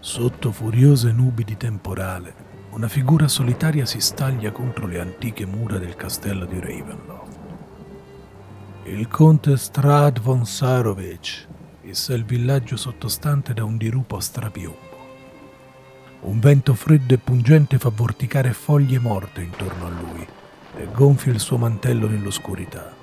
Sotto furiose nubi di temporale, una figura solitaria si staglia contro le antiche mura del castello di Ravenloft. Il conte Strahd von Sarovich issa il villaggio sottostante da un dirupo a strapiombo. Un vento freddo e pungente fa vorticare foglie morte intorno a lui e gonfia il suo mantello nell'oscurità.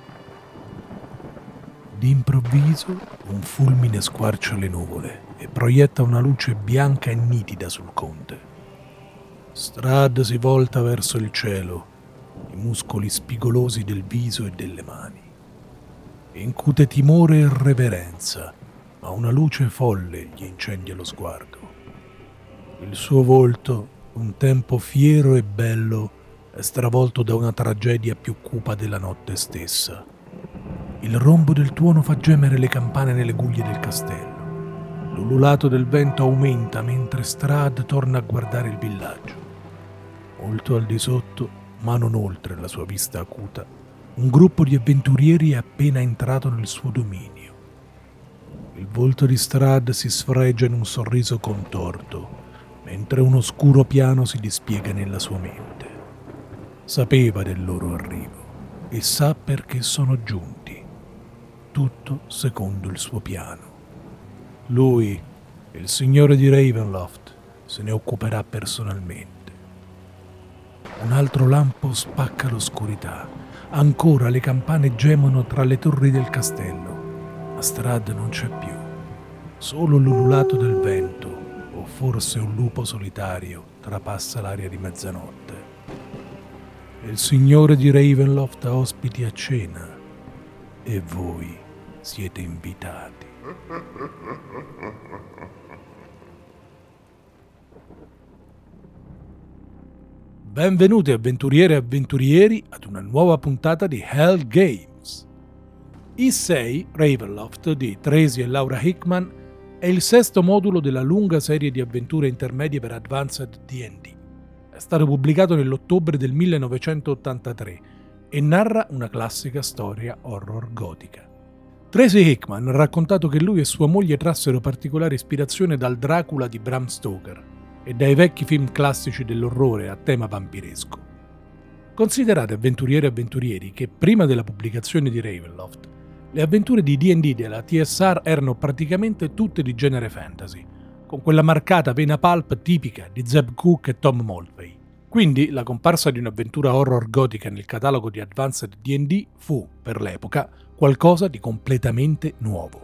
D'improvviso un fulmine squarcia le nuvole e proietta una luce bianca e nitida sul conte. Strahd si volta verso il cielo, i muscoli spigolosi del viso e delle mani. Incute timore e reverenza, ma una luce folle gli incendia lo sguardo. Il suo volto, un tempo fiero e bello, è stravolto da una tragedia più cupa della notte stessa. Il rombo del tuono fa gemere le campane nelle guglie del castello. L'ululato del vento aumenta mentre Strahd torna a guardare il villaggio. Molto al di sotto, ma non oltre la sua vista acuta, un gruppo di avventurieri è appena entrato nel suo dominio. Il volto di Strahd si sfregia in un sorriso contorto, mentre un oscuro piano si dispiega nella sua mente. Sapeva del loro arrivo e sa perché sono giunti. Tutto secondo il suo piano. Lui, il signore di Ravenloft, se ne occuperà personalmente. Un altro lampo spacca l'oscurità. Ancora le campane gemono tra le torri del castello, ma Strahd non c'è più. Solo l'ululato del vento, o forse un lupo solitario, trapassa l'aria di mezzanotte. Il signore di Ravenloft ha ospiti a cena e voi siete invitati. Benvenuti avventuriere e avventurieri ad una nuova puntata di Hell Games. I6 Ravenloft di Tracy e Laura Hickman è il sesto modulo della lunga serie di avventure intermedie per Advanced D&D. È stato pubblicato nell'ottobre del 1983 e narra una classica storia horror gotica. Tracy Hickman ha raccontato che lui e sua moglie trassero particolare ispirazione dal Dracula di Bram Stoker e dai vecchi film classici dell'orrore a tema vampiresco. Considerate avventurieri e avventurieri che prima della pubblicazione di Ravenloft le avventure di D&D della TSR erano praticamente tutte di genere fantasy, con quella marcata vena pulp tipica di Zeb Cook e Tom Moldvay. Quindi la comparsa di un'avventura horror gotica nel catalogo di Advanced D&D fu, per l'epoca, qualcosa di completamente nuovo.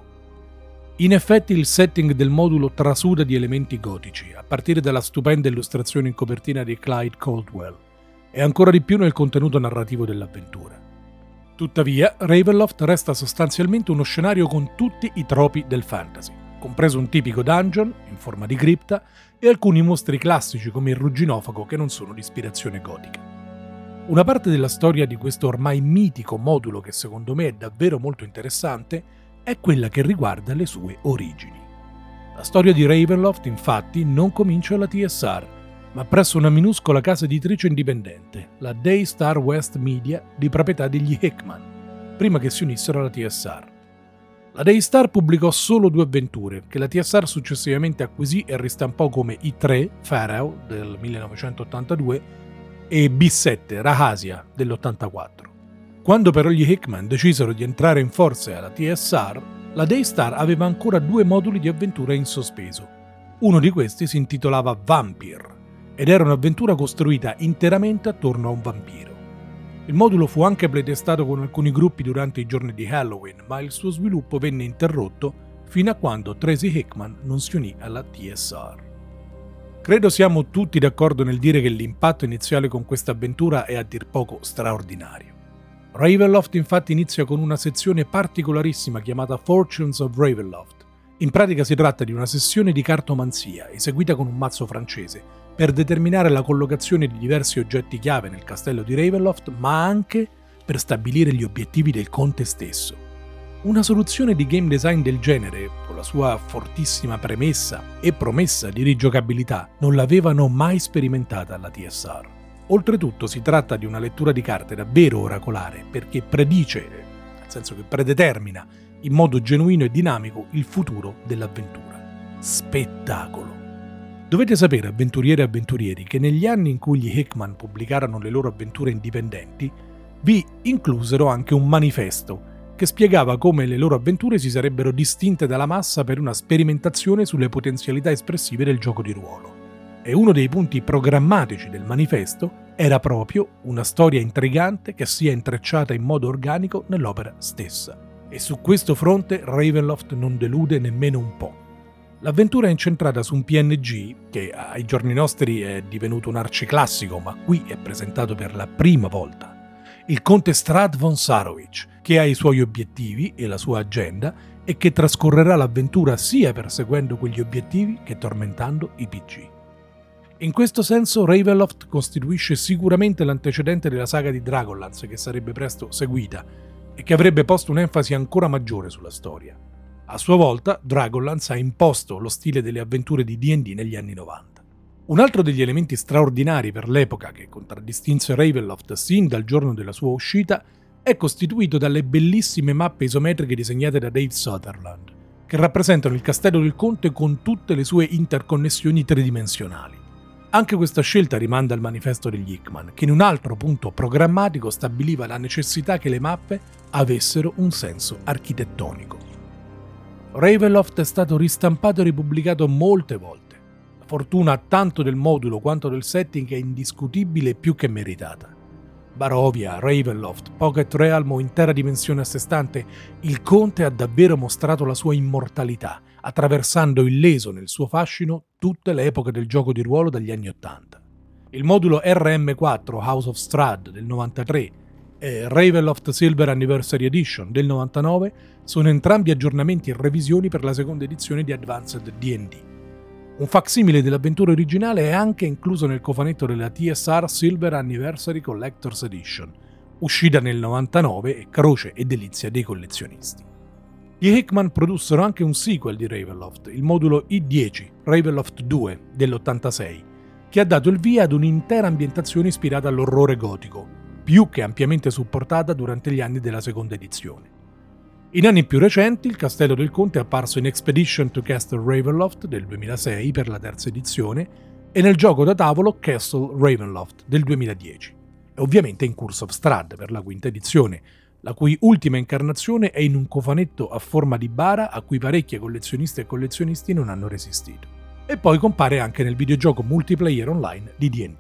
In effetti il setting del modulo trasuda di elementi gotici, a partire dalla stupenda illustrazione in copertina di Clyde Caldwell, e ancora di più nel contenuto narrativo dell'avventura. Tuttavia, Ravenloft resta sostanzialmente uno scenario con tutti i tropi del fantasy, compreso un tipico dungeon, in forma di cripta, e alcuni mostri classici come il rugginofago che non sono di ispirazione gotica. Una parte della storia di questo ormai mitico modulo che secondo me è davvero molto interessante è quella che riguarda le sue origini. La storia di Ravenloft, infatti, non comincia alla TSR, ma presso una minuscola casa editrice indipendente, la Daystar West Media, di proprietà degli Hickman, prima che si unissero alla TSR. La Daystar pubblicò solo 2 avventure, che la TSR successivamente acquisì e ristampò come I3, Pharaoh, del 1982, e B7, Rahasia, dell'84. Quando però gli Hickman decisero di entrare in forze alla TSR, la Daystar aveva ancora 2 moduli di avventura in sospeso. Uno di questi si intitolava Vampire ed era un'avventura costruita interamente attorno a un vampiro. Il modulo fu anche playtestato con alcuni gruppi durante i giorni di Halloween, ma il suo sviluppo venne interrotto fino a quando Tracy Hickman non si unì alla TSR. Credo siamo tutti d'accordo nel dire che l'impatto iniziale con questa avventura è a dir poco straordinario. Ravenloft infatti inizia con una sezione particolarissima chiamata Fortunes of Ravenloft. In pratica si tratta di una sessione di cartomanzia eseguita con un mazzo francese per determinare la collocazione di diversi oggetti chiave nel castello di Ravenloft, ma anche per stabilire gli obiettivi del conte stesso. Una soluzione di game design del genere, con la sua fortissima premessa e promessa di rigiocabilità, non l'avevano mai sperimentata alla TSR. Oltretutto si tratta di una lettura di carte davvero oracolare perché predice, nel senso che predetermina in modo genuino e dinamico il futuro dell'avventura. Spettacolo! Dovete sapere, avventuriere e avventurieri, che negli anni in cui gli Hickman pubblicarono le loro avventure indipendenti, vi inclusero anche un manifesto che spiegava come le loro avventure si sarebbero distinte dalla massa per una sperimentazione sulle potenzialità espressive del gioco di ruolo. E uno dei punti programmatici del manifesto era proprio una storia intrigante che sia intrecciata in modo organico nell'opera stessa. E su questo fronte Ravenloft non delude nemmeno un po'. L'avventura è incentrata su un PNG che ai giorni nostri è divenuto un arciclassico, ma qui è presentato per la prima volta. Il conte Strahd von Sarovich, che ha i suoi obiettivi e la sua agenda e che trascorrerà l'avventura sia perseguendo quegli obiettivi che tormentando i PG. In questo senso Ravenloft costituisce sicuramente l'antecedente della saga di Dragonlance che sarebbe presto seguita e che avrebbe posto un'enfasi ancora maggiore sulla storia. A sua volta Dragonlance ha imposto lo stile delle avventure di D&D negli anni 90. Un altro degli elementi straordinari per l'epoca che contraddistinse Ravenloft sin dal giorno della sua uscita è costituito dalle bellissime mappe isometriche disegnate da Dave Sutherland, che rappresentano il castello del conte con tutte le sue interconnessioni tridimensionali. Anche questa scelta rimanda al manifesto degli Hickman, che in un altro punto programmatico stabiliva la necessità che le mappe avessero un senso architettonico. Ravenloft è stato ristampato e ripubblicato molte volte. La fortuna tanto del modulo quanto del setting è indiscutibile e più che meritata. Barovia, Ravenloft, Pocket Realm o intera dimensione a sé stante, il conte ha davvero mostrato la sua immortalità, attraversando illeso nel suo fascino tutte le epoche del gioco di ruolo dagli anni '80. Il modulo RM4 House of Strahd del 93 e Ravenloft Silver Anniversary Edition del 99 sono entrambi aggiornamenti e revisioni per la seconda edizione di Advanced D&D. Un facsimile dell'avventura originale è anche incluso nel cofanetto della TSR Silver Anniversary Collector's Edition, uscita nel 99 e croce e delizia dei collezionisti. Gli Hickman produssero anche un sequel di Ravenloft, il modulo I-10, Ravenloft 2, dell'86, che ha dato il via ad un'intera ambientazione ispirata all'orrore gotico, più che ampiamente supportata durante gli anni della seconda edizione. In anni più recenti, il castello del conte è apparso in Expedition to Castle Ravenloft del 2006 per la terza edizione e nel gioco da tavolo Castle Ravenloft del 2010, e ovviamente in Curse of Strahd per la quinta edizione, la cui ultima incarnazione è in un cofanetto a forma di bara a cui parecchie collezioniste e collezionisti non hanno resistito. E poi compare anche nel videogioco multiplayer online di D&D.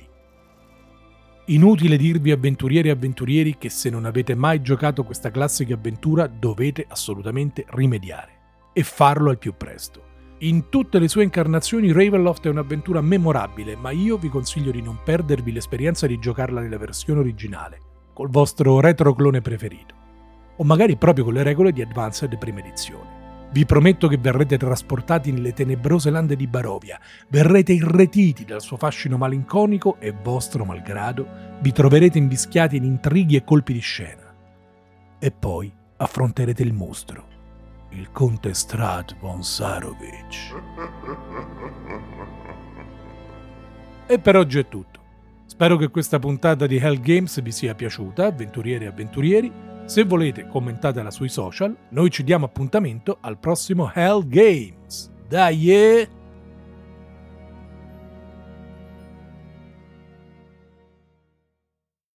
Inutile dirvi avventurieri e avventurieri che se non avete mai giocato questa classica avventura dovete assolutamente rimediare e farlo al più presto. In tutte le sue incarnazioni Ravenloft è un'avventura memorabile, ma io vi consiglio di non perdervi l'esperienza di giocarla nella versione originale, col vostro retroclone preferito, o magari proprio con le regole di Advanced prima edizione. Vi prometto che verrete trasportati nelle tenebrose lande di Barovia, verrete irretiti dal suo fascino malinconico e, vostro malgrado, vi troverete invischiati in intrighi e colpi di scena. E poi affronterete il mostro, il conte Strahd von Sarovich. E per oggi è tutto. Spero che questa puntata di Hell Games vi sia piaciuta, avventurieri e avventurieri. Se volete, commentatela sui social. Noi ci diamo appuntamento al prossimo Hell Games. Dai!